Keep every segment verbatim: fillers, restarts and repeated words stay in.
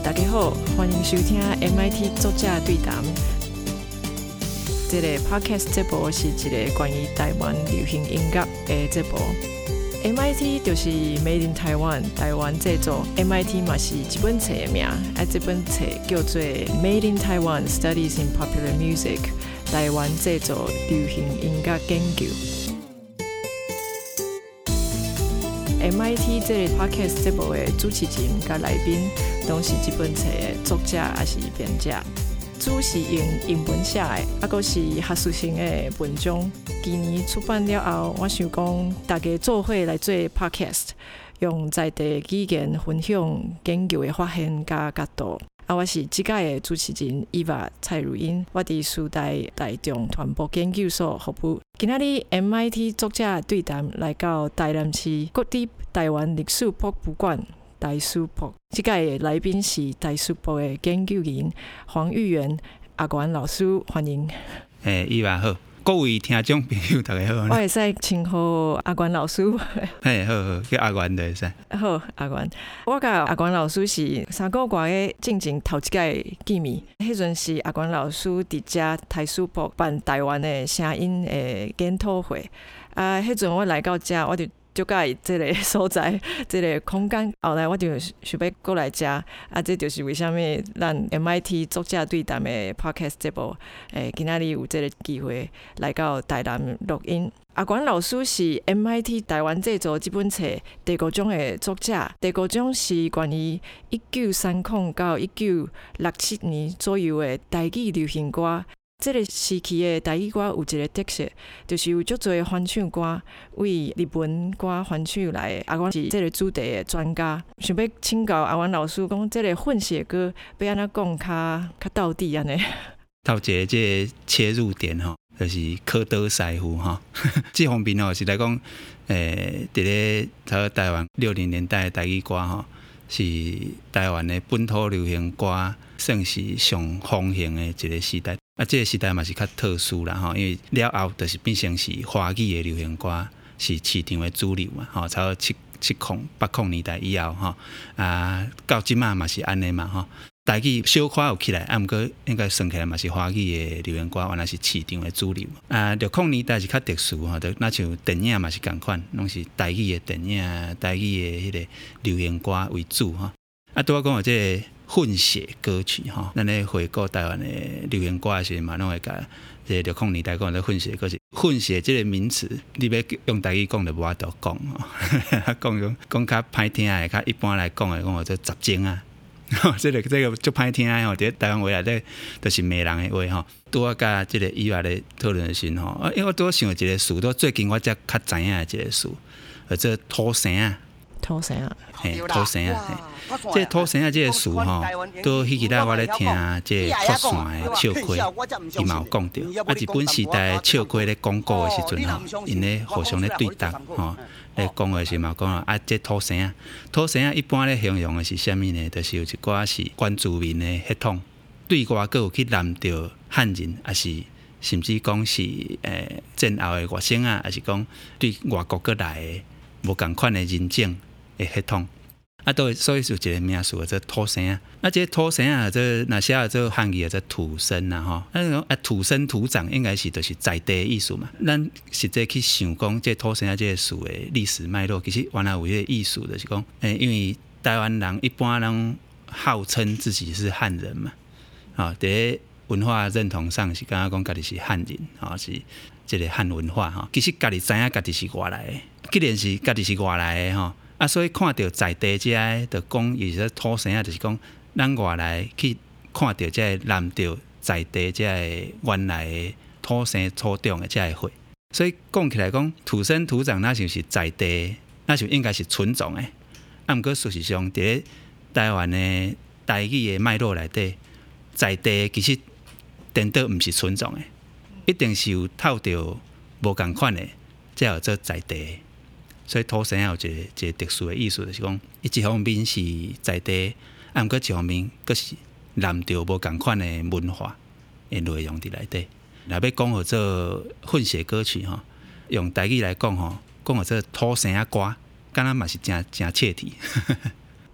大家好，欢迎收听 M I T 作者对谈。这个 podcast 节目是一个关于台湾流行音乐的节目。M I T 就是 Made in Taiwan， 台湾制作。M I T 嘛是一本册的名，啊，这本册叫做 Made in Taiwan Studies in Popular Music， 台湾制作流行音乐研究。M I T 这个 podcast 节目的主持人甲来宾，都是这本册的作者也是编者。主是用英文写的，啊，阁是学术性的文章。今年出版了后，我想讲大家做伙来做 podcast， 用在地语言分享研究的发现甲角度。啊，我是这届的主持人伊娃蔡如英，我伫师大台中传播研究所服务。今仔日 M I T 作者对谈来到台南市国立台湾历史博物馆。台史博，这届的来宾是台史博的研究员黄玉元阿元老师，欢迎。 诶，伊娃好，各位听众朋友大家好。 我会使称呼阿元老师。 嘿，好好，叫阿元就会使。 好，阿元，我甲阿元老师是三个月的进前头一届见面，迄阵是阿元老师伫遮台史博办台湾的声音的检讨会，啊，迄阵我来到遮，我就。就介这个所在，这个空间，后来我就想要过来遮，啊，这就是为什么咱 M I T 作者对谈的 podcast 节目，诶，今仔日有这个机会来到台南录音。阿元老师是 M I T 台湾制作这本册第五章的作者，第五章是关于一九三零到一九六七年左右的台语流行歌。这个时期的台语歌有一个特色，就是有足多翻唱歌为日文歌翻唱来的。阿元是这个主题的专家，想要请教阿元老师讲，这个混血歌要安怎讲较较到底安尼？ 头一个这个切入点吼，就是科德师傅吼，这方面吼是来讲，诶，伫咧在台湾六零年代的台语歌吼，是台湾的本土流行歌算是上风行的一个时代。啊，这个时代嘛是较特殊啦吼，因为了后就是变成是华语的流行歌是市场的主流嘛吼，差不多七七零八零年代以后吼，啊到即马嘛是安尼嘛吼，台语小可有起来，啊毋过应该算起来嘛是华语的流行歌原来是市场的主流。啊，六零年代是较特殊吼，就那像电影嘛是共款，拢是台语的电影、台语的迄个流行歌为主吼。啊，拄我讲的这个混血歌曲吼，咱咧回顾台湾的流行歌的时候嘛，拢会甲这六零年代讲的混血歌曲。混血这个名词，你要用台语讲就无法度讲吼，讲讲讲较歹听的，较一般来讲的，讲做杂精啊，这个这个足歹听的吼，伫台湾话内底就是骂人的话吼。拄我甲这个伊娃咧讨论的时候吼，因为我拄想到一个词，拄最近我才较知影的一个词，叫做土生啊。 土生啊， 嘿，土生啊，嘿，这土生啊，这个词吼，都迄日仔我咧听这扩散的笑亏，伊嘛有讲到，啊，日本时代笑亏咧广告的时阵吼，因咧互相咧对答吼，咧讲的时嘛讲啊，这土生啊，土生啊，一般咧形容的是啥物呢？就是有一寡是原住民的血统，对外国有去染着汉人，还是甚至讲是诶战后的外省啊，还是讲对外国过来的无共款的人种。的血统啊，都所以就一个名词叫做土生啊。啊，这土生啊，这那写做汉语叫做土生啊，吼。啊，啊土生土长应该是就是在地的意思嘛。咱实际去想讲，这土生啊，这个词的历史脉络，其实原来有迄个意思，就是讲，诶，因为台湾人一般人号称自己是汉人嘛，啊，伫文化认同上是感觉讲家己是汉人，啊，是这个汉文化哈。其实家己知影家己是外来的，既然是家己是外来的吼。啊，所以看到在地这个，就讲伊是土生啊，就是讲咱外来去看到这个染着在地这个原来的土生土长的这个血，所以讲起来讲土生土长，那就是在地，那就应该是纯种的。啊，毋过事实上，伫台湾的台语的脉络内底，在地其实颠倒毋是纯种的，一定是有透着无共款的，才叫做在地。所以土生有一个一个特殊的意思，就是讲，伊一方面是在地，啊，毋过一方面佫是染着无共款的文化的内容伫内底。若要讲号做混血歌曲吼，用台语来讲吼，讲号做土生啊歌，敢若嘛是真真切题。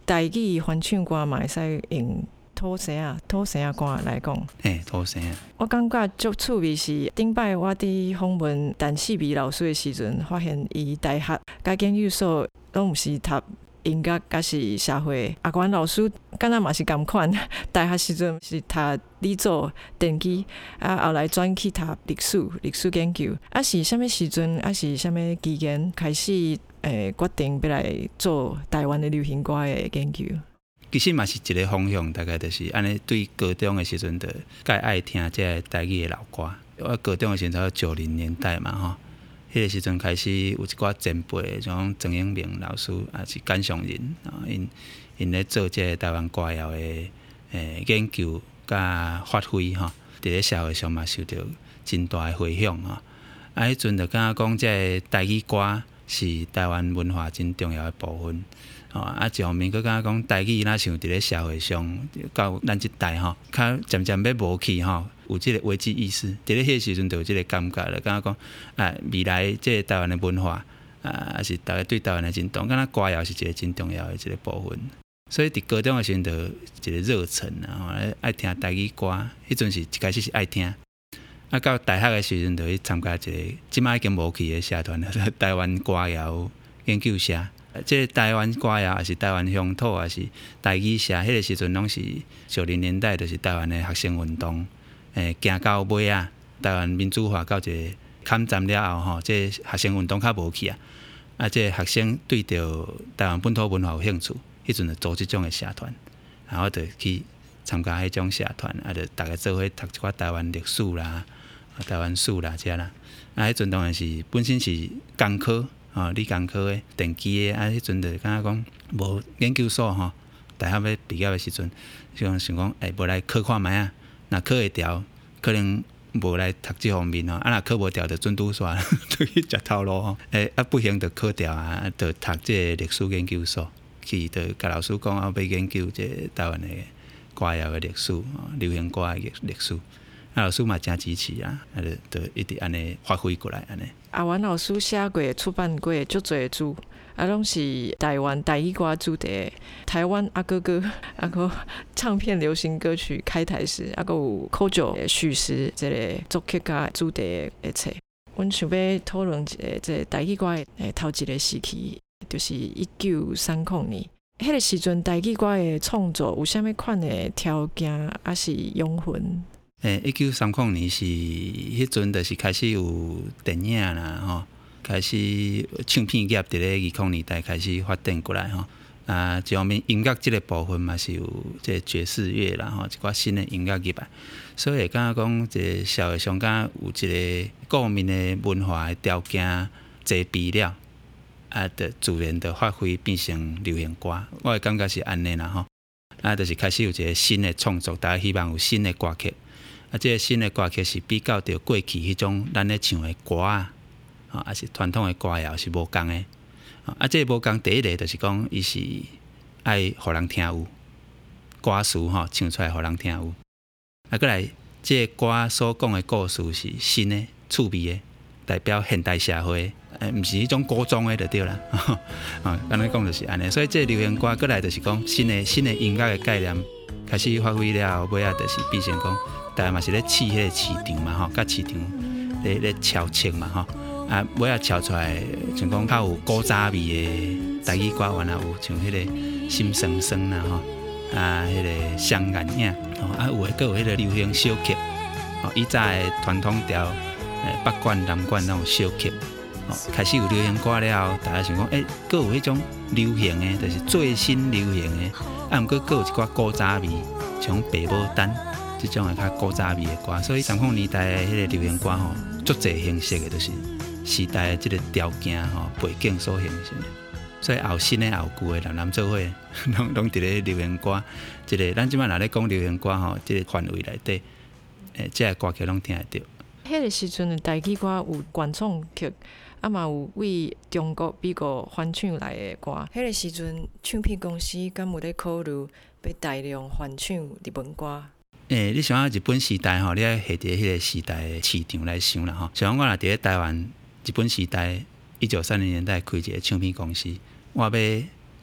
台语翻唱歌嘛会使用土声啊、土声啊歌来讲。 嘿，土声。 我感觉足趣味是，顶摆我伫访问陈世美老师的时阵，发现伊大学甲研究所拢毋是读音乐，甲是社会。阿关老师敢若嘛是共款，大学时阵是读理组电机，啊后来转去读历史、历史研究。啊是啥物时阵？啊是啥物机缘开始？诶，决定要来做台湾的流行歌的研究。 其实嘛是一个方向，大概就是安尼。对高中的时阵，就介爱听这台语的老歌。我高中的时阵，九零年代嘛吼，迄个时阵开始有一寡前辈，像曾永明老师，也是简上人啊，因因咧做这台湾歌谣的诶研究甲发挥吼，伫咧社会上嘛受到真大的回响吼。啊，迄阵就感觉讲这台语歌是台湾文化真重要的部分，吼啊！一方面，佮感觉讲台语若像伫咧社会上，到咱即代吼，较渐渐要无去吼，有即个危机意识。伫咧迄个时阵，就有即个感觉了，感觉讲啊，未来即个台湾的文化啊，也是大家对台湾的认同，敢若歌谣是一个真重要的一个部分。所以伫高中的时阵，就一个热忱啊，吼，爱听台语歌，迄阵是一开始是爱听。啊，到大学的时阵，就去参加一个即摆已经无去的社团了，台湾歌谣研究社。即个台湾歌谣，也是台湾乡土，也是台语社。迄个时阵拢是九零年代，就是台湾的学生运动，诶，行到尾啊，台湾民主化到一个坎站了后，吼，即学生运动较无去啊。啊，即学生对着台湾本土文化有兴趣，迄阵就组即种的社团，然后就去参加迄种社团，啊，就大家做伙读一寡台湾历史啦。台湾史啦，遮啦，啊，迄阵当然是本身是工科，吼，理工科的电机的，啊，迄阵就感觉讲无研究所吼，大学要毕业的时阵，想想讲，诶、欸，无来考看觅啊，若考会调，可能无来读即方面吼，啊，若考无调，就准拄煞，就去食头路吼，诶、欸，啊，不行就考调啊，就读即个历史研究所，去就甲老师讲啊，要研究即台湾的歌谣的历史，流行歌的历史。啊，老师嘛真支持啊，啊，就就一直安尼发挥过来安尼。 阿元老师写过、出版过足侪书，啊，拢是台湾台语歌主题，台湾阿哥哥，啊个唱片流行歌曲开台时，啊个有口九叙事，这个作曲家主题的册。阮想要讨论一个这台语歌的头一个时期，就是一九三零年。迄个时阵台语歌的创作有啥物款的条件，还是养分？ 诶，一九三零年是迄阵，就是开始有电影啦，吼，开始唱片业伫咧二零年代开始发展过来，吼。啊，一方面音乐即个部分嘛是有即个爵士乐啦，吼，一寡新的音乐入来，所以会感觉讲，即个社会上敢有一个顾面的文化的条件齐备了，啊，就自然就发挥变成流行歌。我会感觉是安尼啦，吼。啊，就是开始有一个新的创作，大家希望有新的歌曲。啊，即个新的歌曲是比较着过去迄种咱咧唱的歌啊，啊，还是传统的歌谣是无共的。啊，即个无共，第一个就是讲，伊是爱互人听有歌词吼，唱出来互人听有。啊，过来，即个歌所讲的故事是新的、趣味的，代表现代社会，诶，毋是迄种古装的就对啦。啊，安尼讲就是安尼。所以即个流行歌过来就是讲新的、新的音乐的概念开始发挥了后，尾啊就是变成讲。但嘛是咧试迄个市场嘛吼，甲市场咧咧敲测嘛吼，啊尾仔敲出来，像讲较有古早味的台语歌，原来有像迄个心酸酸啦吼，啊迄个双眼影，吼啊有诶，阁有迄个流行小曲，吼以早诶传统调，诶北管南管那种小曲，吼开始有流行歌了后，大家想讲，诶、欸，阁有迄种流行诶，就是最新流行诶，啊毋过阁有一寡古早味，像白牡丹。即种诶较古早味诶歌，所以三零年代诶迄个流行歌吼，足侪形式诶，就是时代诶即个条件吼背景所形成。所以后新诶后旧诶男男做伙，拢拢伫咧流行歌，即、这个咱即摆若咧讲流行歌吼，即、这个范围内底，诶，即个歌曲拢听会到。 迄个时阵诶台语歌有原创曲，啊嘛有为中国、美国翻唱来诶歌。迄个时阵唱片公司敢有咧考虑要大量翻唱日本歌？ 诶、欸，你想下日本时代吼，你爱下伫迄个时代的市场来想啦吼。像我若伫咧台湾，日本时代一九三零年代开一个唱片公司，我要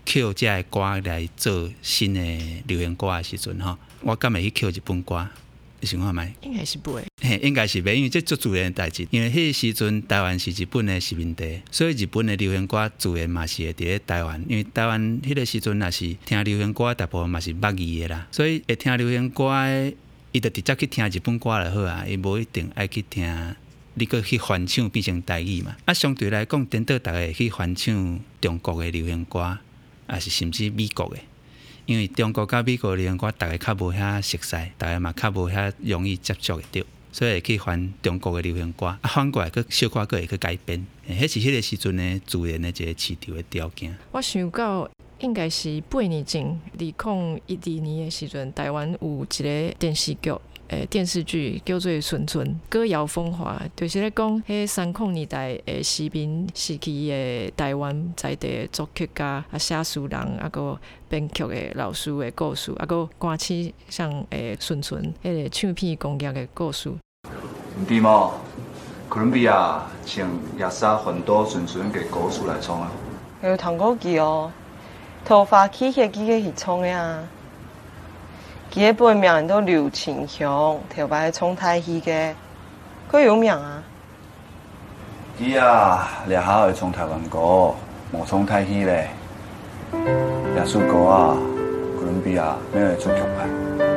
捡这个歌来做新的流行歌的时阵吼，我敢会去捡日本歌？你想看卖？ 应该是不会。 嘿，应该是袂，因为这足自然的代志。因为迄个时阵台湾是日本的殖民地，所以日本的流行歌自然嘛是会伫咧台湾。因为台湾迄个时阵若是听流行歌，大部分嘛是捌字的啦，所以会听流行歌的，伊就直接去听日本歌就好啊，伊无一定爱去听。你搁去翻唱变成台语嘛？啊，相对来讲，颠倒大家去翻唱中国的流行歌，也是甚至美国的。因为中国甲美国流行歌，大家较无遐熟悉，大家嘛较无遐容易接触的着，所以会去翻中国的流行歌，啊，反过来佫小可佫会去改编，迄是迄个时阵的自然的一个市场的条件。 我想到应该是八年前，二零一二年的时阵，台湾有一个电视剧。诶，电视剧叫做《纯纯》，歌谣风华，就是咧讲迄三零年代诶时民时期诶台湾在地的作曲家、啊写词人、啊个编曲的老师的故事，啊个歌曲像诶纯纯迄个唱片工业的故事。 唔对嘛，哥伦比亚请亚莎很多纯纯给歌手来唱啊。 有糖果机哦，头发起起几个是创的啊。伊个本名都刘庆祥，头摆创台戏嘅，佢有名啊。 伊啊，掠下会创台湾歌，无创台戏咧。掠首歌啊，哥伦比亚咩会作曲派？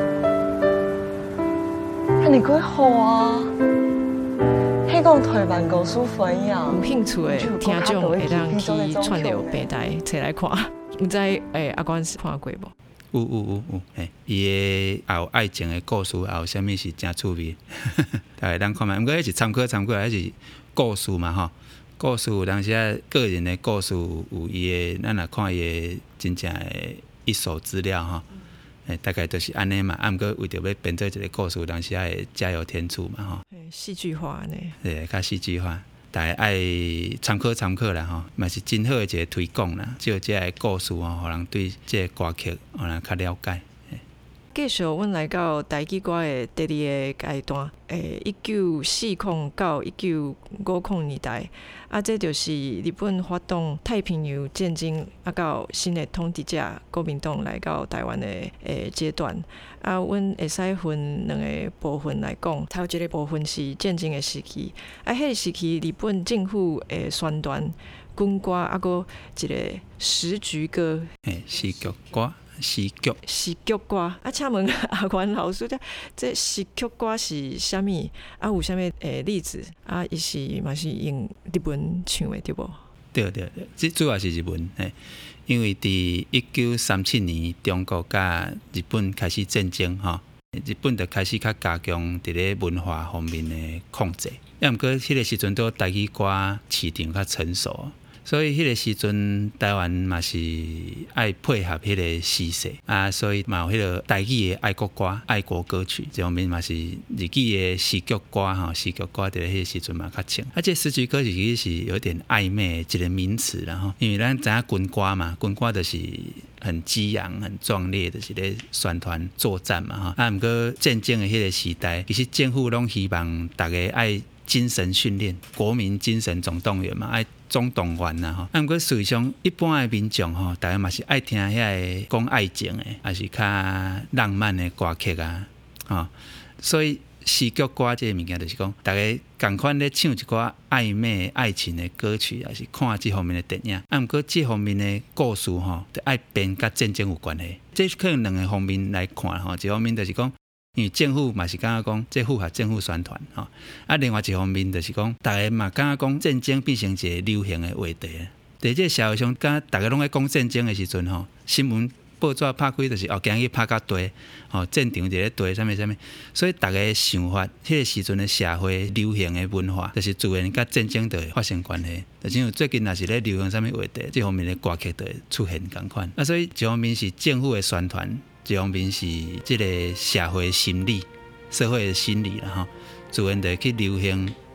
啊，你几好啊！迄讲台湾歌手分享， 有兴趣的听众会当去串流平台找来看。唔知诶，阿关是看过无？ 有有有有，嘿，伊个也有爱情的故事，也有啥物是真趣味，大家当看卖。毋过迄是参考参考，迄是故事嘛吼。故事有当时啊，个人的故事有伊个，咱若看伊个真正的一手资料吼，诶，大概都是安尼嘛。啊，毋过为着要编做一个故事，有当时啊会加油添醋嘛吼。 戏剧化呢？ 对，较戏剧化。大家爱参考参考啦吼，嘛是真好的一个推广啦。借这个故事吼，互人对这个歌曲互人较了解。 继续，阮来到台语歌的第二个阶段，诶，一九四零到一九五零年代，啊，这就是日本发动太平洋战争，啊，到新的统治者国民党来到台湾的诶阶段。啊，阮会使分两个部分来讲，头一个部分是战争的时期，啊，迄个时期日本政府诶宣传军歌，啊，搁一个时局歌， 诶，时局歌。时局时局歌啊，请问阿关老师，这这时局歌是啥物？啊，有啥物诶例子？啊，伊是嘛是用日文唱的对无？ 对对对，这主要是日文诶，因为伫一九三七年中国甲日本开始战争吼，日本就开始较加强伫咧文化方面的控制。要毋过迄个时阵都台语歌市场较成熟。所以迄个时阵，台湾嘛是爱配合迄个时势啊，所以嘛有迄个台语的爱国歌、爱国歌曲，这方面嘛是日语的时局歌吼，时局歌伫咧迄个时阵嘛较强。啊，这时局歌其实是有点暧昧的一个名词啦吼，因为咱知影军歌嘛，军歌就是很激昂、很壮烈的，就是咧宣传作战嘛吼。啊，毋过战争的迄个时代，其实政府拢希望大家爱精神训练，国民精神总动员嘛，爱。总动员啦吼，啊，毋过实际上一般的民众吼，大家嘛是爱听遐个讲爱情的，还是较浪漫的歌曲啊，吼，所以时局歌这个物件，就是讲大家共款咧唱一寡暧昧爱情的歌曲，还是看这方面的电影。啊，毋过这方面的故事吼，就爱编甲战争有关系。这可能两个方面来看吼，一方面就是讲。因为政府嘛是感觉讲，这符合政府宣传吼，啊，另外一方面就是讲，大家嘛感觉讲战争变成一个流行的话题。在这社会上，敢大家拢在讲战争的时阵吼，新闻报纸拍开就是哦，今日拍到地，吼战场伫咧地，啥物啥物，所以大家想法，迄、那个时阵的社会流行的文化，就是自然甲战争就会发生关系。就像最近若是咧流行啥物话题，这方面的歌曲就会出现共款。啊，所以一方面是政府的宣传。一方面是即个社会心理、社会的心理啦吼，自然就去流行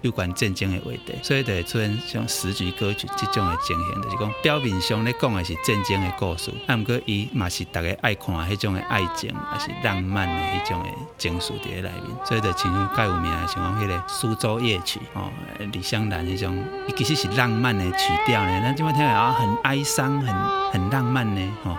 有关战争的话题，所以就会出现像时局歌曲这种的情形，就是讲表面上咧讲的是战争的故事，啊，不过伊嘛是大家爱看迄种的爱情，还是浪漫的迄种的情绪伫咧内面，所以就亲像介有名的，像讲迄个《苏州夜曲》哦，李香兰迄种，伊其实是浪漫的曲调呢，咱即摆听来啊，很哀伤，很很浪漫呢，吼、哦。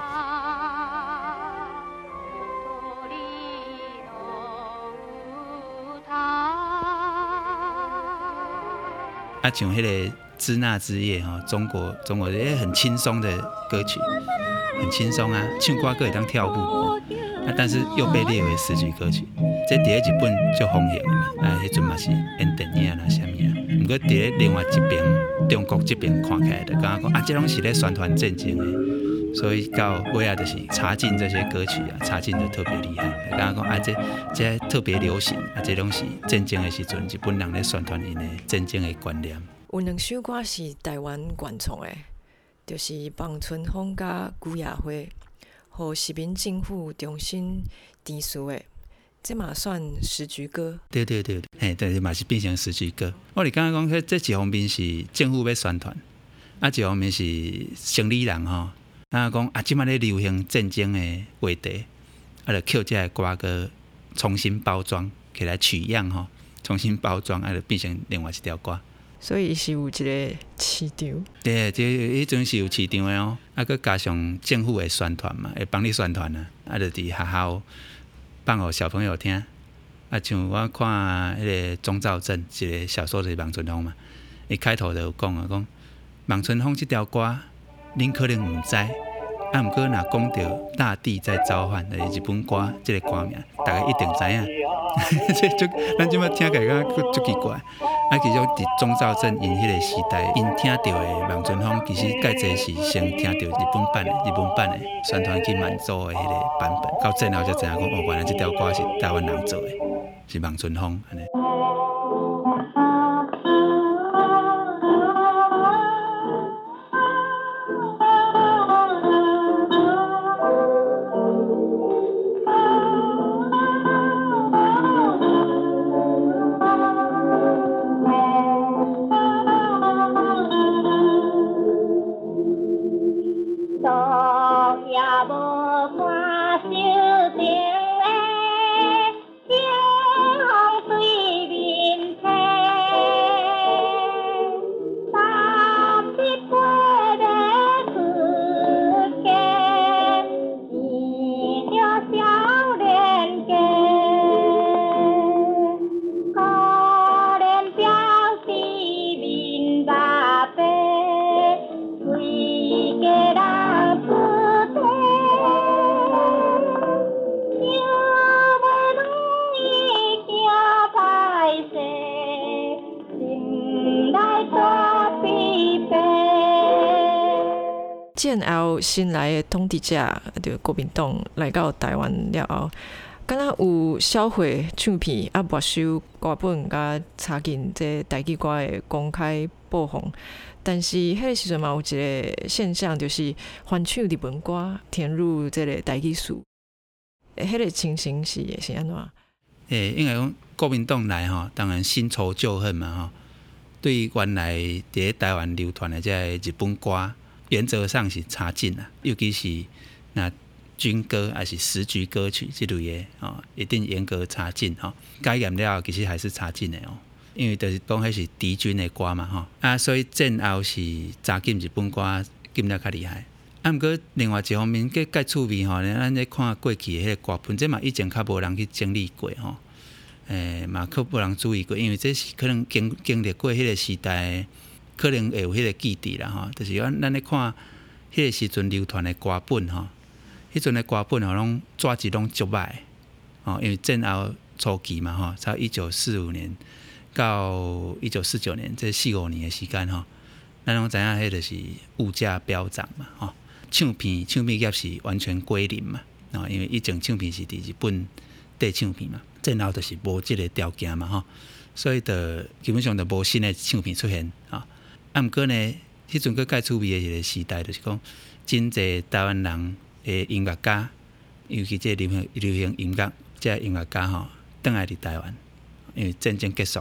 啊，像迄个《支那之夜》哈，中国中国也很轻松的歌曲，很轻松啊，唱歌可以当跳舞、哦、啊，但是又被列为时局歌曲。这伫咧日本就风行嘛，啊，迄阵嘛是演电影啦，啥物啊。不过伫咧另外一边，中国这边看起来就感觉讲啊，这拢是咧宣传战争的，所以到尾啊，就是查禁这些歌曲啊，查禁就特别厉害。感觉讲啊，这这特别流行啊，这拢是战争的时阵，日本人咧宣传因的战争的观念。 有两首歌是台湾原创的，就是望春风甲古雅辉，和时民政府重新填词的，这嘛算时局歌。 对对对，嘿，对，嘛是变成时局歌。我哋刚刚讲，这一方面是政府要宣传，啊，一方面是生理人吼，啊讲啊，即摆咧流行战争的话题，啊，就扣这个歌个重新包装起来取样吼，重新包装，啊，就变成另外一条歌。 所以是有一个市场， 对，这迄阵是有市场的哦。啊，佮加上政府的宣传嘛，会帮你宣传啊。啊，就伫学校放互小朋友听。啊，像我看迄个钟兆政一个小说就是《望春风》嘛，伊开头就有讲啊，讲《望春风》这条歌，恁可能唔知。啊，毋过若讲到大地在召唤，就是日本歌，这个歌名，大家一定知影。这就咱即摆听起来感觉足奇怪。啊，其实伫钟兆政因迄个时代，因听到的《望春风》，其实介济是先听到日本版的、日本版的宣传去满洲的迄个版本，到最后才知影讲，哦，原来这条歌是台湾人做的，是《望春风》安尼。 战后新来的统治者，就国民党来到台湾了后，敢若有销毁唱片啊、没收歌本甲查禁这台语歌的公开播放。但是迄个时阵嘛有一个现象，就是翻唱日本歌填入这个台语词。迄个情形是是安怎？ 诶，应该讲国民党来吼，当然新仇旧恨嘛吼。对原来伫台湾流传的这日本歌，原则上是查禁啦，尤其是那军歌还是时局歌曲这类的哦，一定严格查禁吼。改验了其实还是查禁的哦，因为就是讲迄是敌军的歌嘛吼，啊，所以战后是查禁日本歌禁了较厉害。啊，毋过另外一方面，计介趣味吼，咱咧看过去的迄个歌本，这嘛以前较无人去整理过吼。诶，嘛可无人注意过，因为这是可能经经历过迄个时代，可能会有迄个记忆啦吼。就是咱咱咧看迄个时阵流传的歌本吼，迄阵的歌本吼拢纸质拢足歹吼，因为战后初期嘛吼，差一九四五年到一九四九年这四五年的时间吼，咱拢知影迄就是物价飙涨嘛吼，唱片唱片业是完全归零嘛，吼，因为以前唱片是伫日本缀唱片嘛。战后就是无即个条件嘛吼，所以就基本上就无新的唱片出现啊。啊，毋过呢，迄阵佫介趣味的一个时代，就是讲真侪台湾人的音乐家，尤其即流行流行音乐即个音乐家吼，倒来伫台湾，因为战争结束啊，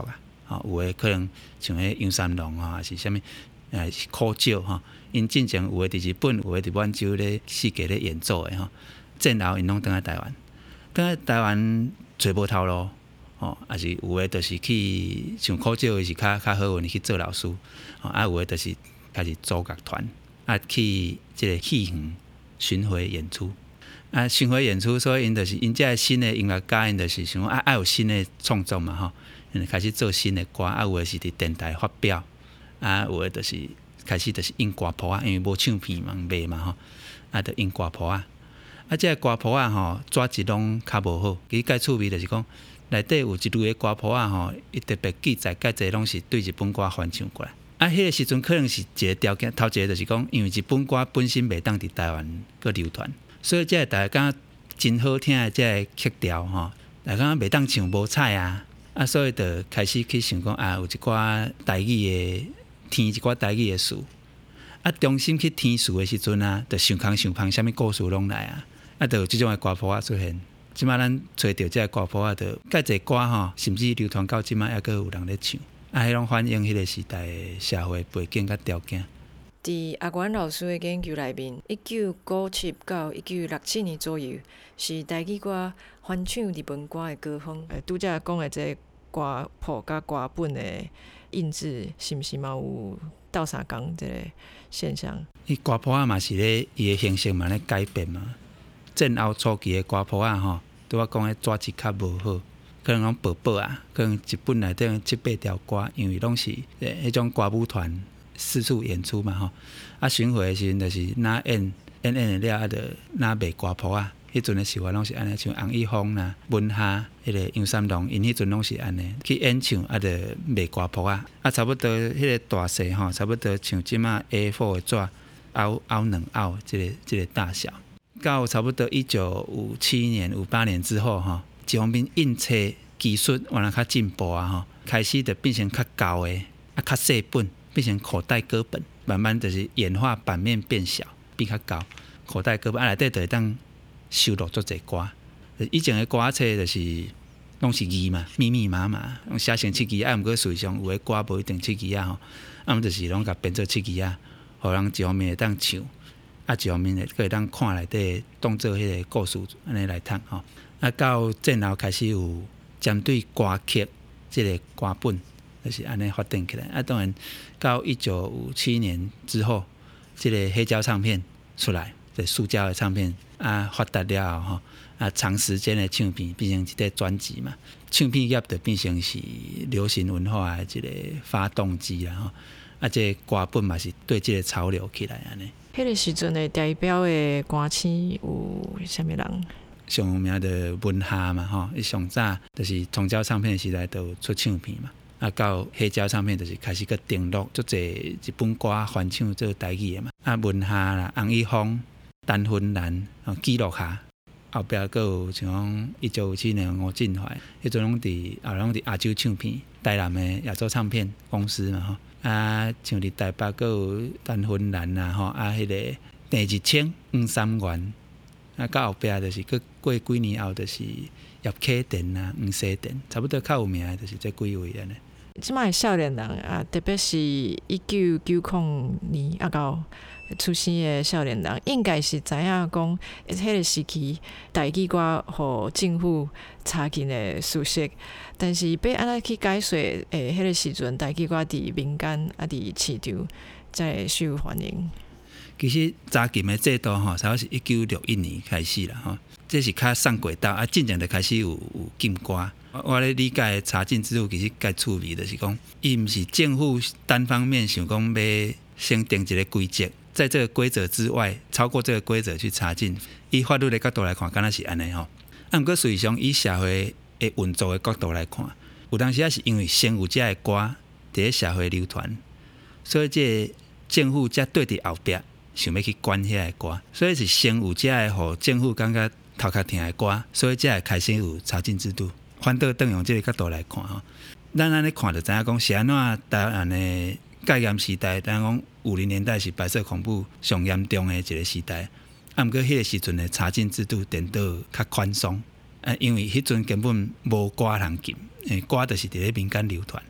吼，有诶可能像迄杨三郎吼，还是啥物诶苦酒吼，因进前有诶伫日本，有诶伫满洲咧世界咧演奏诶吼，战后因拢倒来台湾，倒来台湾找无头路。哦，也是有诶，就是去像苦酒，是较较好运去做老师，哦，啊有诶，就是开始组乐团，啊去即个戏园巡回演出，啊巡回演出，所以因就是因这新诶音乐家，因就是想啊啊有新诶创作嘛吼，因开始做新诶歌，啊有诶是伫电台发表，啊有诶就是开始就是印歌谱啊，因为无唱片嘛卖嘛吼，啊就印歌谱啊，啊这歌谱啊吼纸质拢较无好，其实介趣味就是讲。内底有一类的歌谱啊，吼，伊特别记载，介侪拢是对日本歌翻唱过来。啊，迄个时阵可能是一个条件，头一个就是讲，因为日本歌本身袂当伫台湾个流传，所以即个大家真好听的即个曲调吼，大家袂当唱无彩啊，啊，所以就开始去想讲啊，有一寡台语的填一寡台语的词，啊，中心去填词的时阵啊，就想空想空，啥物故事拢来啊，啊，就有即种的歌谱啊出现。即摆咱找到这个歌谱啊，就介侪歌吼，甚至流传到即摆，还阁有人咧唱，啊，迄种反映迄个时代的社会背景甲条件。 伫阿元老师的研究内面，一九九七到一九六七年左右，是台语歌翻唱日本歌的高峰。诶，拄则讲的这歌谱甲歌本的印制，是毋是嘛有斗相共这个现象？ 伊歌谱啊嘛是咧，伊的形式嘛咧改变嘛。战后初期的歌谱啊，吼，拄我讲的纸质较无好，可能讲薄薄啊，可能一本内底七八条歌，因为拢是迄种歌舞团四处演出嘛，吼，啊巡回的时阵就是哪演演演了啊，就哪卖歌谱啊。迄阵的时候拢是安尼，像洪一峰啦、文夏、迄个杨三郎，因迄阵拢是安尼去演唱，啊，就卖歌谱啊，啊，差不多迄个大细吼，差不多像即马 A 四 的纸，凹凹两凹，即个即个大小。到差不多一九五七年、五八年之后，哈，一方面印册技术原来较进步啊，哈，开始就变成较厚的，啊，较细本，变成口袋歌本，慢慢就是演化，版面变小，变较厚，口袋歌本啊，内底就会当收录足侪歌。以前的歌册就是拢是字嘛，密密麻麻，用写成七字啊，毋过实际上有的歌无一定七字啊，吼，啊，毋就是拢甲编做七字啊，互人一方面会当唱。啊，一方面咧，可以当看内底当做迄个故事安尼来读吼。啊，到战后开始有针对歌曲即个歌本，就是安尼发展起来。啊，当然到一九五七年之后，即个黑胶唱片出来，即塑胶的唱片啊发达了吼，啊长时间的唱片变成一个专辑嘛，唱片业就变成是流行文化的一个发动机啦吼。啊，即个歌本嘛是对即个潮流起来安尼。 迄个时阵的代表的歌星有啥物人？ 上有名的文夏嘛，吼，伊上早就是thông胶唱片时代都有出唱片嘛，啊，到黑胶唱片就是开始去登录足侪日本歌翻唱做台语的嘛，啊，文夏啦、洪一峰、陈芬兰、记录下，后壁佫有像讲一九五七年吴振怀，迄阵拢伫后拢伫亚洲唱片、台南的亚洲唱片公司嘛，吼。啊，像伫台北佫有陈芬兰啦，吼啊，迄、那个郑日清、黄三元，啊，到后壁就是佫过几年后就是叶启田啦、黄西田，差不多较有名的就是这几位安尼。 即摆少年人啊，特别是一九九零年啊到出生的少年人，应该是知影讲，迄个时期台语歌互政府查禁的事实，但是要安怎去解说？诶，迄个时阵台语歌伫民间啊，伫市场才受欢迎。 其实查禁的制度吼，差不多是一九六一年开始啦，吼，这是较上轨道啊，渐渐就开始有有禁歌。我咧理解查禁制度其实介趣味，就是讲，伊毋是政府单方面想讲要先定一个规则，在这个规则之外，超过这个规则去查禁。以法律的角度来看，敢若是安尼吼。啊，毋过实际上以社会的运作的角度来看，有当时也是因为先有这个歌伫咧社会流传，所以这个政府才对伫后壁想要去管遐个歌，所以是先有这个互政府感觉头壳疼的歌，所以才会开始有查禁制度。反倒转用这个角度来看吼，咱安尼看就知影讲是安怎台湾的戒严时代，咱讲五零年代是白色恐怖上严重的一个时代。啊，毋过迄个时阵的查禁制度颠倒较宽松，啊，因为迄阵根本无歌通禁，诶，歌就是伫咧民间流传，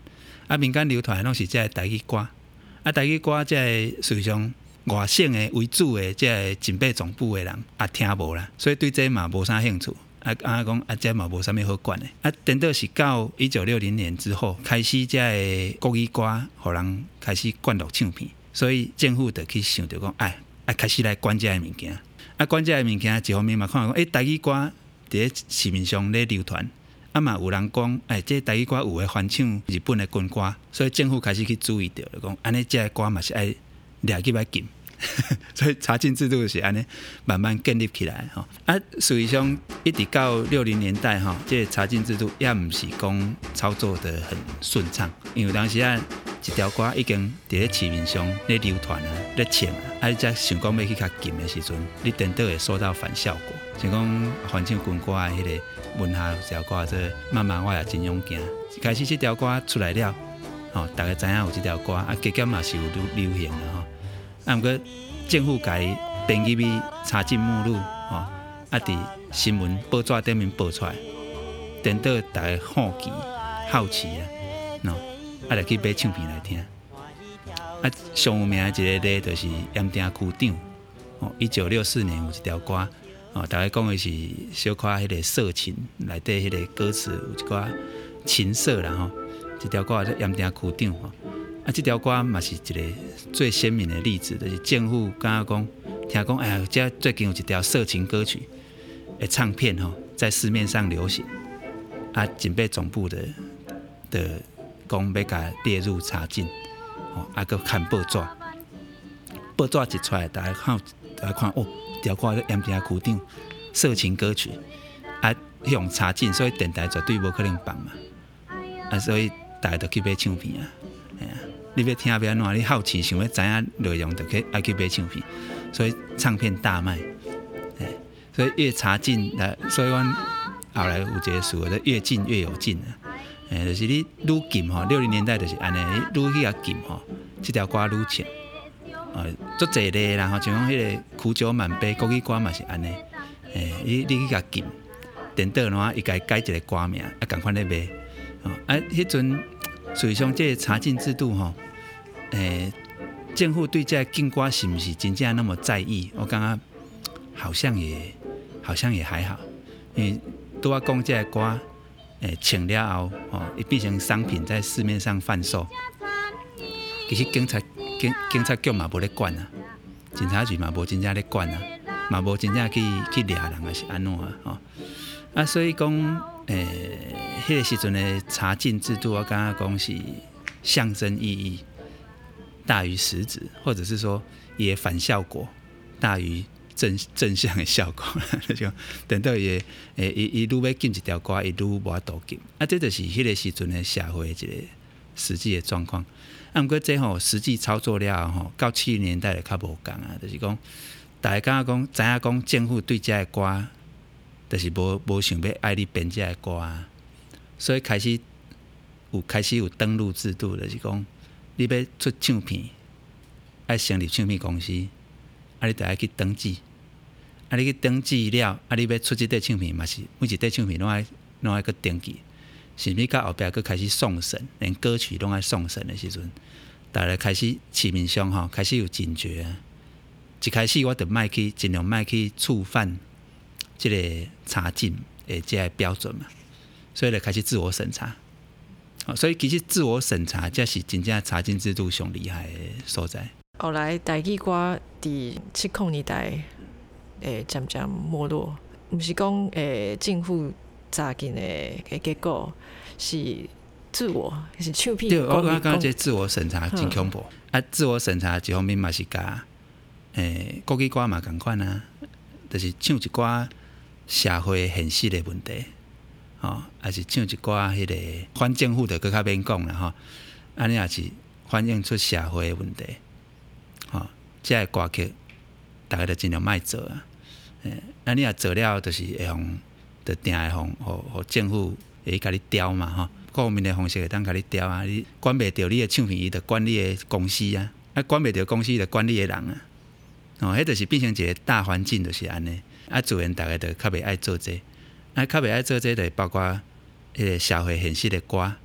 啊，民间流传拢是这台语歌，啊，台语歌这实际上外省的为主的这警备总部的人也听无啦，所以对这嘛无啥兴趣。啊啊讲啊，这嘛无啥物好管的。啊，等到是到一九六零年之后，开始这个国语歌，互人开始灌录唱片，所以政府就去想着讲，哎，啊开始来管这个物件。啊，管这个物件，一方面嘛看到讲，诶、欸，台语歌伫咧市面上咧流传，啊嘛有人讲，哎、欸，这台语歌有诶翻唱日本诶军歌，所以政府开始去注意到，讲安尼这个歌嘛是爱掠去来禁。所以查禁制度是安尼慢慢建立起来吼。啊，实际上一直到六零年代吼，这个查禁制度也毋是讲操作得很顺畅，因为当时啊一条歌已经伫咧市面上咧流传啊、咧唱啊，啊你才想讲要去较禁的时阵，你等到会收到反效果。像讲翻唱军歌的迄个文下条歌，这慢慢我也真勇敢，开始这条歌出来了，吼，大家知影有这条歌，啊，加减嘛是有流行的吼。啊，毋过政府甲伊编入去查禁目录，吼，啊，伫新闻报纸顶面报出来，等到大家好奇、好奇啊，喏，啊，来去买唱片来听。啊，上有名的一个例就是盐埕区长，哦，一九六四年有一条歌，哦，大家讲的是小可迄个色情，内底迄个歌词有一寡情色啦，吼，一条歌叫盐埕区长，吼。啊，这条歌嘛是一个最鲜明的例子，就是政府刚刚讲，听讲，哎呀，这最近有一条色情歌曲的唱片吼，在市面上流行，啊，警备总部的的讲要甲列入查禁，哦，啊，佮看报纸，报纸一出来，大家看，大家看，哦，条歌叫盐埕区长色情歌曲，啊，用查禁，所以电台绝对无可能放嘛，啊，所以大家都去买唱片啊。你要听要安怎？你好奇想要知影内容，就去爱去买唱片，所以唱片大卖。所以越查禁，所以阮后来有一个词，叫越禁越有劲啊。诶，就是你愈禁吼，六零年代就是安尼，愈去啊禁吼，这条歌愈唱。呃，足侪个啦吼，像讲迄个苦酒满杯，国语歌嘛是安尼。诶，你你去啊禁，电脑喏，伊家改一个歌名，啊，共款咧卖。哦，啊，迄阵。所以像这个查禁制度吼，诶，政府对这个禁歌是不是真正那么在意？我感觉好像也好像也还好，因为拄我讲这个歌，诶，唱了后，哦，伊变成商品在市面上贩售，其实警察警警察局嘛无咧管啊，警察局嘛无真正咧管啊，嘛无真正去去抓人还是安怎啊？吼，啊，所以讲。诶，迄、那个时阵的查禁制度，我感觉讲是象征意义大于实质，或者是说也反效果大于正正向的效果。就等到伊诶，伊伊愈要禁一条歌，伊愈无法度禁。啊，这就是迄个时阵的社会一个实际的状况。啊，毋过这吼实际操作了吼，到七零年代就较无共啊，就是讲大家感觉讲知影讲政府对这个歌。就是无无想要爱你编这个歌啊，所以开始有开始有登录制度，就是讲你要出唱片，爱成立唱片公司，啊，你就爱去登记，啊，你去登记了，啊，你要出这块唱片嘛是每一块唱片拢爱拢爱去登记，甚至到后壁佫开始送审，连歌曲拢爱送审的时阵，大家开始市面上吼开始有警觉啊，一开始我就莫去尽量莫去触犯。这个查禁诶，这个标准嘛，所以就开始自我审查。所以其实自我审查才是真正查禁制度上厉害的所在。 后来台语歌伫七零年代诶渐渐没落，毋是讲诶政府查禁的结果是自我是唱片。 对，我感觉这自我审查真恐怖。啊，自我审查一方面嘛是甲诶国语歌嘛同款啊，就是唱一寡。社会现实的问题，吼，还是唱一寡迄个反政府的，佫较免讲啦，吼，安尼也是反映出社会的问题，吼，这个歌曲大家就尽量莫做啊，诶，安尼也做了，就是会互，就定会互，互互政府会甲你刁嘛，吼，各方面的方式会当甲你刁啊，你管袂着你的唱片，伊就管你的公司啊，啊，管袂着公司就管你的人啊，哦，迄就是变成一个大环境，就是安尼。啊，自然大家就较袂爱做这，啊，较袂爱做这，就包括迄个社会现实的歌，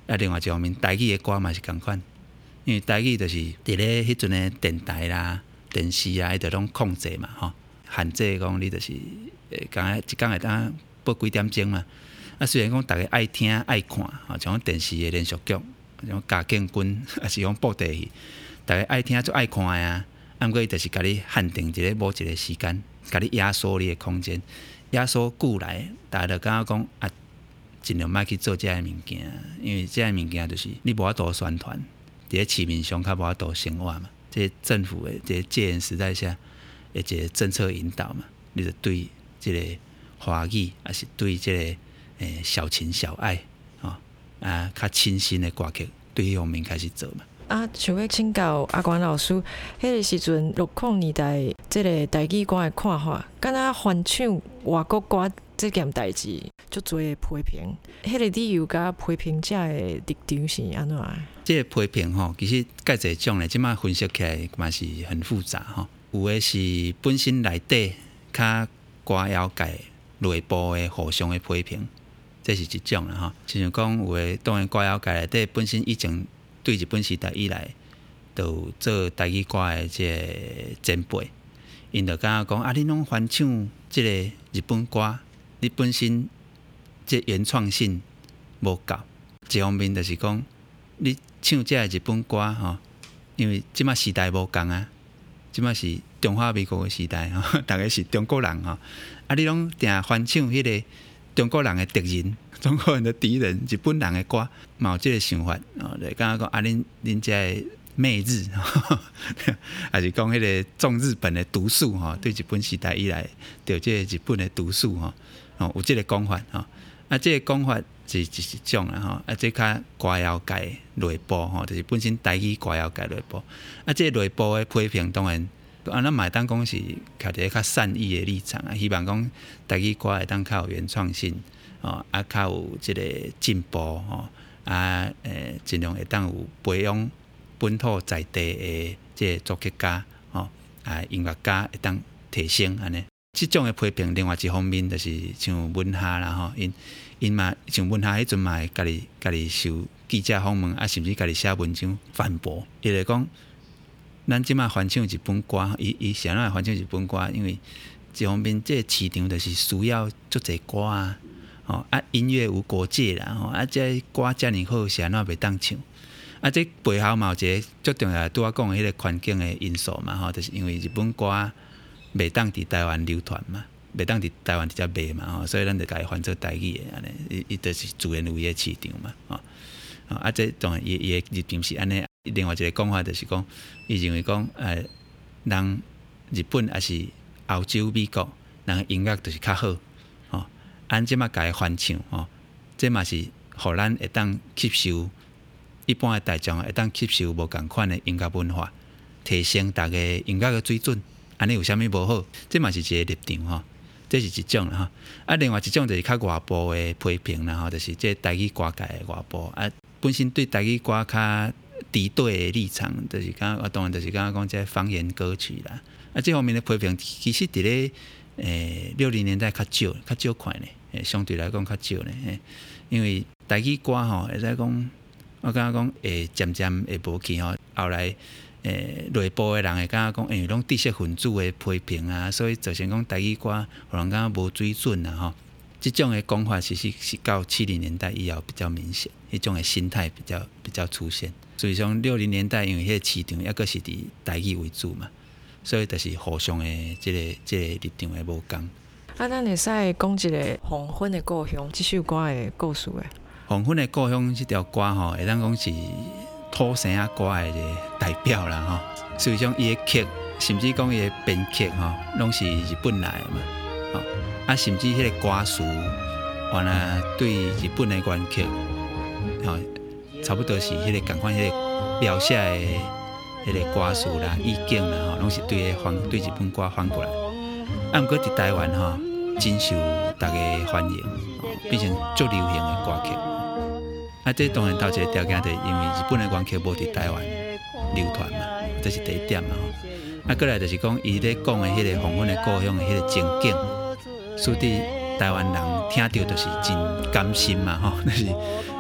啊，另外一方面，台语的歌嘛是共款，因为台语就是伫咧迄阵的电台啦、电视啊，伊就拢控制嘛，吼，限制讲你就是诶，讲一讲会当播几点钟嘛。啊，虽然讲大家爱听爱看，吼，像电视的连续剧，像嘉靖君，啊是讲播地戏，大家爱听就爱看啊。啊，毋过伊就是甲你限定一个某一个时间，甲你压缩你的空间，压缩久来，大家就感觉讲啊，尽量莫去做这个物件，因为这个物件就是你无法度宣传，伫咧市面上较无法度生活嘛。这政府的这戒严时代下，的一个政策引导嘛，你就对这个华语，还是对这个诶小情小爱，吼、哦、啊，较清新的歌曲，对迄方面开始做嘛。 啊，想要请教阿关老师，迄个时阵六零年代即个台语歌的看法，敢若翻唱外国歌这件代志，足多的批评。迄个理由甲批评者的立场是安怎？ 这个批评吼，其实介侪种咧，即马分析起来嘛是很复杂吼。有的是本身内底较歌谣界内部的互相的批评，这是一种啦吼。就像讲有的当然歌谣界内底本身以前对日本时代以来，就有做台语歌的即个前辈，因就感觉讲啊，你拢翻唱即个日本歌，你本身即原创性无够。一方面就是讲，你唱即个日本歌吼，因为即马时代无共啊，即马是中华民国的时代吼，大家是中国人吼，啊，你拢定翻唱迄个中国人的敌人。中国人的敌人，日本人的歌，嘛有这个想法，哦，就感觉讲啊，恁恁这媚日，还是讲迄个中日本的毒素吼，对日本时代以来，对这个日本的毒素吼，哦，有这个讲法吼，啊，这个讲法是是一种啦吼，啊，这较歌谣界内部吼，就是本身台语歌谣界内部，啊，这内部的批评当然，啊，咱嘛会当讲是徛伫较善意的立场啊，希望讲台语歌会当较有原创性。哦，啊，较有即个进步吼，啊，诶，尽量会当有培养本土在地的即个作曲家，吼，啊，音乐家会当提升安尼。即种的批评，另外一方面就是像文夏啦吼，因因嘛像文夏迄阵嘛会家己家己受记者访问，啊，甚至家己写文章反驳。伊就讲，咱即马翻唱日本歌，伊伊想要翻唱日本歌，因为一方面即个市场就是需要足侪歌啊。哦啊，音乐无国界啦！吼啊，这歌遮尔好，是安怎袂当唱？啊，这背后嘛有一个最重要，拄我讲的迄个环境的因素嘛，吼，就是因为日本歌袂当伫台湾流传嘛，袂当伫台湾直接卖嘛，吼，所以咱就家己翻做台语的安尼，伊伊就是自然有伊的市场嘛，吼。啊，这当然伊伊的立场是安尼。另外一个讲法就是讲，伊认为讲，呃，人日本还是欧洲、美国，人音乐就是较好。按即马家翻唱吼，这嘛是互咱会当吸收一般的大众会当吸收无共款的音乐文化，提升大家音乐的水准。安尼有啥物无好？这嘛是一个立场吼，这是一种啦吼。啊，另外一种就是较外部的批评啦吼，就是这台语歌界的外部啊，本身对台语歌较敌对的立场，就是讲我当然就是讲讲这方言歌曲啦。啊，这方面的批评其实伫咧诶六零年代较少，较少看咧。诶，相对来讲较少咧，因为台语歌吼，会使讲，我感觉讲会渐渐会无去吼。后来诶，内部诶人会感觉讲，因为拢知识分子诶批评啊，所以造成讲台语歌互人感觉无水准啊吼。即种诶讲法其实是到七零年代以后比较明显，迄种诶心态比较比较出现。所以像六零年代，因为迄个市场抑阁是伫台语为主嘛，所以就是互相诶即、這个即、這个立场诶无共。 啊，咱会使讲一个《黄昏的故乡》这首歌的故事诶。《 黄昏的故乡》这条歌吼，会当讲是土生仔歌的一个代表啦吼。所以讲伊的曲，甚至讲伊的编曲吼，拢是日本来的嘛。吼啊，甚至迄个歌词，原来对日本的原曲，吼，差不多是迄个共款迄个描写的迄个歌词啦、意境啦，吼，拢是对个翻对日本歌翻过来。啊，毋过伫台湾吼。真受大家欢迎，变成足流行的歌曲。啊，这当然头一个条件就是因为日本的原曲无伫台湾流传嘛，这是第一点嘛。啊，过来就是讲伊咧讲的迄个黄昏的故乡的迄个情景，所以台湾人听到就是真甘心嘛，吼，就是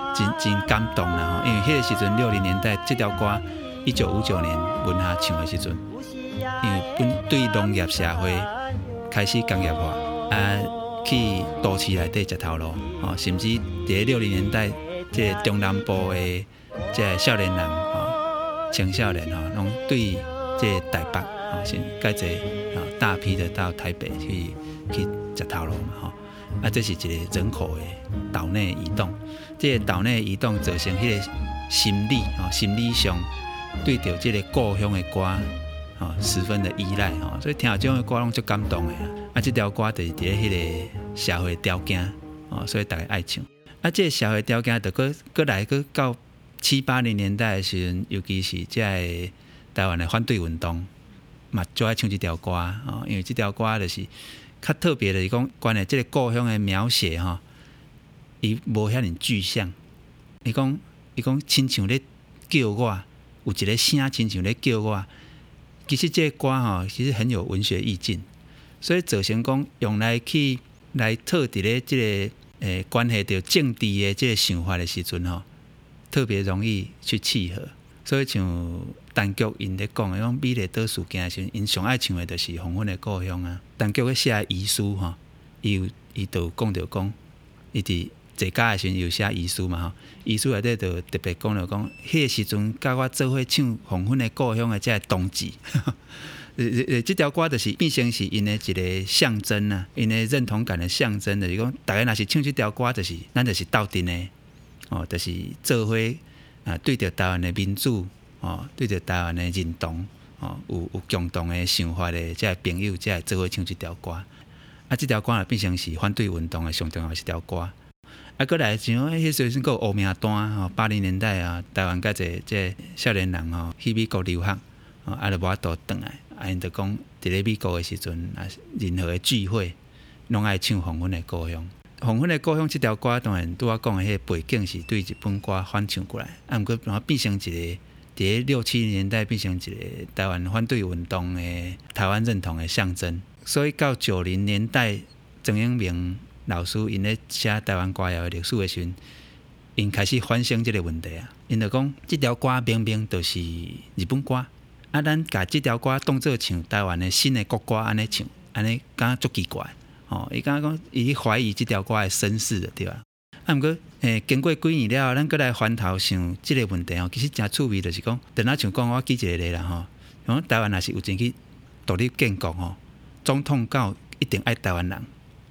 真真感动啦吼，因为迄个时阵六零年代这条歌，一九五九年文夏唱的时阵，因为本对农业社会开始工业化，啊，去都市内底食头路，哦，甚至伫六零年代，即个中南部的即个少年人，哦，青少年吼，拢对即个台北，哦，是介济啊，大批的到台北去去食头路嘛，吼。啊，这是一个人口的岛内移动，这个岛内移动造成迄个心理哦，心理上对着这个故乡的歌哦，十分的依赖哦，所以听到这种歌拢足感动的啊。这条歌就是伫咧迄个社会条件哦，所以大家爱唱。啊，这个社会条件就搁搁来搁到七八零年代的时阵，尤其是这个台湾的反对运动，嘛就爱唱这条歌哦，因为这条歌就是较特别的是讲，关于这个故乡的描写吼，伊无遐尼具象。伊讲，伊讲亲像咧叫我，有一个声亲像咧叫我。其实这个歌吼，其实很有文学意境，所以造成讲用来去来套伫咧这个诶关系到政治的这个想法的时阵吼，特别容易去契合。所以像陈菊因咧讲，讲美丽岛事件的时候，因上爱唱的就是黄昏的故乡啊。陈菊咧写遗书吼，伊伊就讲着讲，伊伫坐家的时候有写遗书嘛吼，遗书内底就特别讲着讲，迄个时阵甲我做伙唱黄昏的故乡的这个冬至。呃，这条歌就是变成是因的一个象征啊，因的认同感的象征，就是讲，大家若是唱这条歌，就是咱就是斗阵的，哦，就是做伙啊，对着台湾的民主，哦，对着台湾的认同，哦，有有共同的想法的这朋友，才会做伙唱这条歌。啊，这条歌也变成是反对运动的上重要一条歌。啊，过来像迄时阵，佫有乌名单吼，八零年代啊，台湾较侪即少年人吼去美国留学，哦，啊，就无法度转来，啊，因就讲伫咧美国的时阵，啊，任何的聚会，拢爱唱《黄昏的故乡》。《黄昏的故乡》这条歌当然拄我讲的迄个背景是对日本歌翻唱过来，啊，毋过然后变成一个伫咧六七零年代变成一个台湾反对运动的台湾认同的象征。所以到九零年代，曾永明老师因咧写台湾歌谣的历史的时阵，因开始反省这个问题啊。因就讲，这条歌明明就是日本歌，啊，咱把这条歌当作唱台湾的新的国歌安尼唱，安尼感觉足奇怪。哦，伊感觉讲，伊怀疑这条歌的身世的对吧？啊，毋过诶，经过几年了，咱搁来翻头想这个问题哦，其实真趣味，就是讲，等下像讲我记一个例啦吼，讲台湾若是有真去独立建国吼，总统到一定爱台湾人。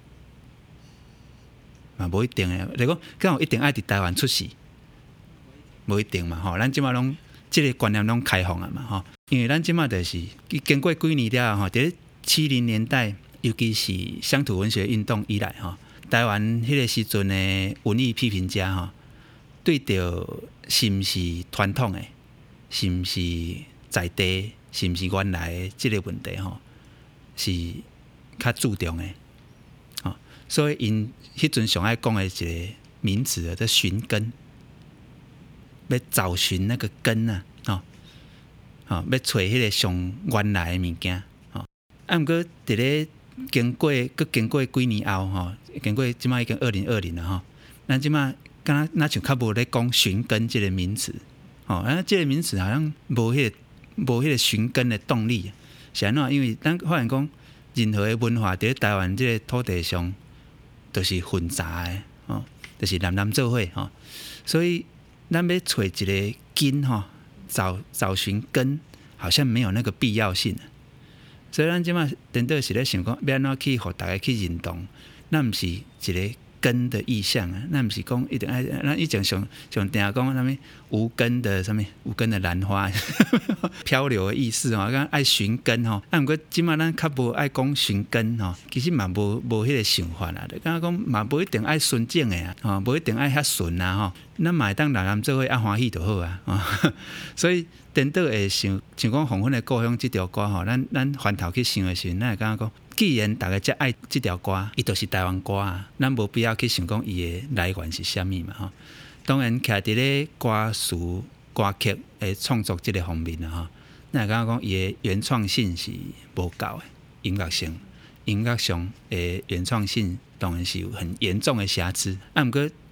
嘛无一定诶，就讲敢有一定爱伫台湾出世，无一定嘛吼。咱即马拢即个观念拢开放啊嘛吼，因为咱即马就是经过几年了吼，伫咧七零年代，尤其是乡土文学运动以来吼，台湾迄个时阵诶文艺批评家吼，对着是毋是传统诶，是毋是在地，是毋是原来诶即个问题吼，是较注重诶。所以因迄阵上爱讲的一个名词叫寻根，要找寻那个根啊，吼、哦，要找迄个上原来的物件，吼、哦。啊，毋过伫咧经过，佮经过几年后，吼、哦，经过即摆已经二零二零了，吼，咱即摆敢若若像较无咧讲寻根即个名词，吼、哦，啊，即个名词好像无迄、那个无迄个寻根的动力，是安怎？因为咱发现讲，任何的文化伫咧台湾即个土地上，都是混杂的，哦，就是南南做伙，吼，所以咱要找一个根，吼，找找寻根，好像没有那个必要性。所以咱即马等到是咧想讲，要安怎去互大家去认同，咱毋是一个根的意象啊，咱毋是讲一定爱，咱以前上上定讲啥物无根的啥物无根的兰花，漂流的意思吼，讲爱寻根吼。啊，毋过即马咱较无爱讲寻根吼，其实嘛无无迄个想法啦。就讲讲嘛无一定爱纯正的啊，吼，无一定爱遐纯啊吼。咱嘛会当人人做伙啊欢喜就好啊。所以颠倒会想像讲《黄昏的故乡》这条歌吼，咱咱翻头去想的时候，咱会感觉讲。既然大家遮爱这条歌，伊就是台湾歌啊，咱无必要去想讲伊的来源是啥物嘛吼。当然，徛伫咧歌词、歌曲的创作这个方面啊吼，咱会感觉讲伊的原创性是无够的，音乐性、音乐上的原创性当然是有很严重的瑕疵。啊，毋过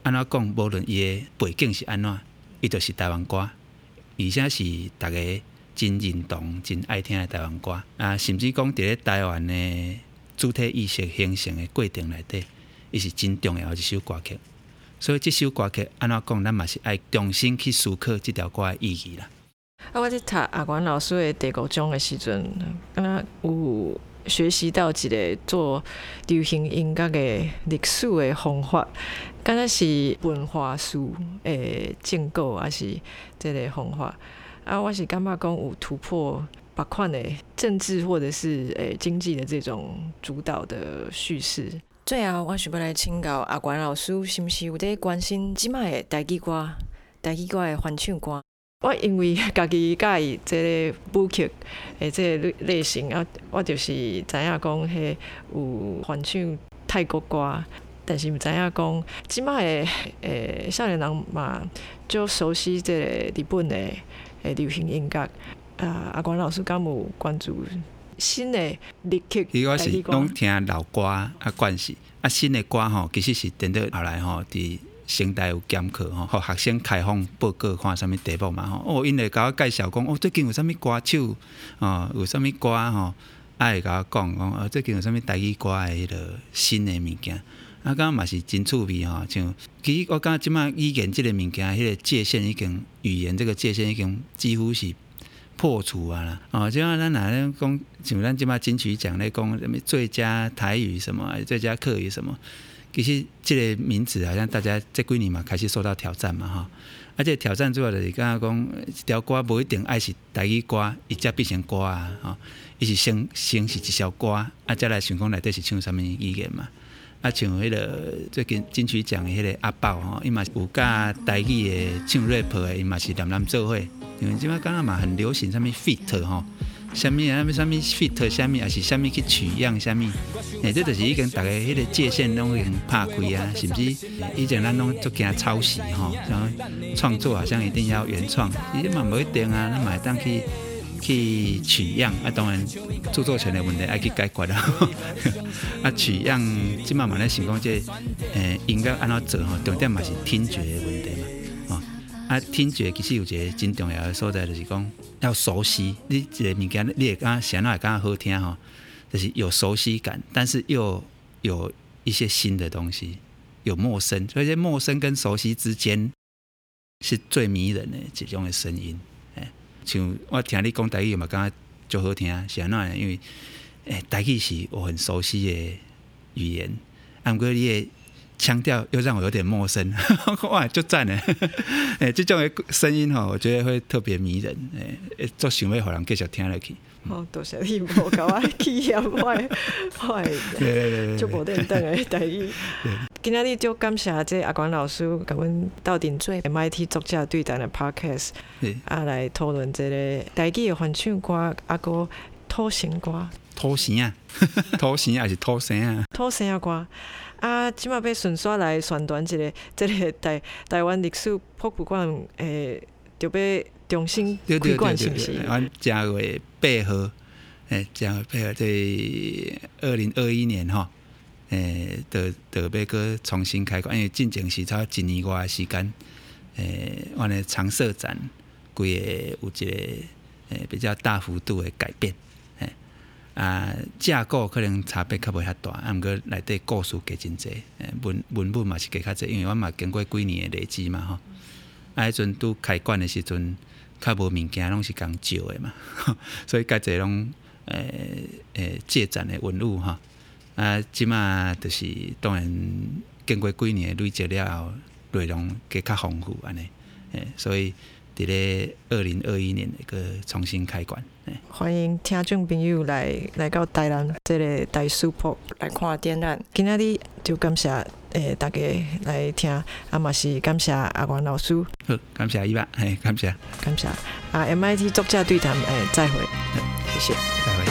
安怎讲，无论伊的背景是安怎，伊就是台湾歌，而且是大家真认同、真爱听的台湾歌啊，甚至讲伫咧台湾的主体意识形成的过程内底，伊是真重要的一首歌曲。所以这首歌曲安怎讲，咱嘛是爱重新去思考这条歌的意义啦。 啊，我伫读阿元老师的第五章的时阵，敢若有学习到一个做流行音乐的历史的方法，敢若是文化书的建构，还是这个方法。啊，我是感觉讲有突破别款的政治或者是诶经济的这种主导的叙事。最后，我想要来请教阿元老师，是毋是有在关心即摆的台语歌、台语歌的翻唱歌？我因为家己介意这个舞曲的这个类型啊，我就是知影讲，迄有翻唱泰国歌，但是毋知影讲，即摆的诶少年人嘛，就熟悉这个日本的诶流行音乐。啊，阿元老师敢有关注新的日曲？ 伊我是拢听老歌啊关系，啊新的歌吼，其实是等到后来吼，伫成大有兼课吼，互学生开放报告看啥物题目嘛吼。哦，因会甲我介绍讲，哦最近有啥物歌手，哦有啥物歌吼，啊会甲我讲讲，哦最近有啥物台语歌的迄个新的物件，啊感觉嘛是真趣味吼。像其实我感觉即摆语言即个物件，迄个界限已经语言这个界限已经几乎是破除啊啦！哦，就像咱哪咧讲，像咱即摆金曲奖咧讲什么最佳台语什么，最佳客语什么，其实这个名字好像大家这几年嘛开始受到挑战嘛哈。而且挑战主要就是感觉讲，一条歌无一定爱是台语歌，伊才变成歌啊！吼，伊是先先是一首歌，啊，再来想讲内底是唱啥物语言嘛。啊，像迄个最近金曲奖的迄个阿豹吼，伊嘛有甲台语的唱 rap 的，伊嘛是连连做伙。因为即摆敢若嘛很流行啥物 fit 吼，啥物啊啥物 fit 啥物，也是啥物去取样啥物，诶，这就是已经大家迄个界限拢已经拍开啊，甚至以前咱拢足惊抄袭吼，然后创作好像一定要原创，伊嘛无一定啊，咱嘛会当去。去取样啊，当然著作权的问题要去解决啦。啊，取样即摆嘛咧想讲这诶音乐安怎做吼，重点嘛是听觉的问题嘛。哦，啊，听觉其实有一个真重要的所在，就是讲要熟悉。你一个物件，你会感觉谁哪会感觉好听吼，就是有熟悉感，但是又有一些新的东西，有陌生，所以这陌生跟熟悉之间是最迷人的这种的声音。像我听你讲台语嘛，感觉就好听，是安怎？因为诶，台语是我很熟悉的语言，啊，不过你的腔调又让我有点陌生，哇，就赞了！诶，这种的声音吼，我觉得会特别迷人，诶，做想要互人继续听落去。 哦，多谢你无甲我起嫌我的我的足无认真的台语。今仔日就感谢这阿元老师甲阮斗阵做 M I T 作者对谈的 podcast， 啊来讨论这个台语的翻唱歌，啊个土生歌。 土生啊，土生还是土生啊？ 土生歌。啊，即马要顺续来宣传一个，这个台台湾历史博物馆，诶，就要重新开馆，是不是？ 阮正月八号，诶，正月八号，这二零二一年吼，诶，就就要搁重新开馆，因为进前是差一年外的时间，诶，阮的常设展规个有一个诶比较大幅度的改变。啊，架构可能差别较袂遐大，啊，毋过内底故事加真济，文文本嘛是加较济，因为阮嘛经过几年的累积嘛吼。啊，迄阵拄开馆的时阵，较无物件拢是共借的嘛，所以介济拢诶诶借展的文物吼。啊，即马就是当然经过几年累积了后，内容加较丰富安尼，诶，所以伫咧二零二一年那个重新开馆。 欢迎听众朋友来来到台南这个台史博来看展览。今仔日就感谢诶大家来听，啊嘛是感谢阿元老师。 好，感谢伊爸，嘿，感谢， 感谢啊 M I T 作家对谈，诶，再会，谢谢， 再会。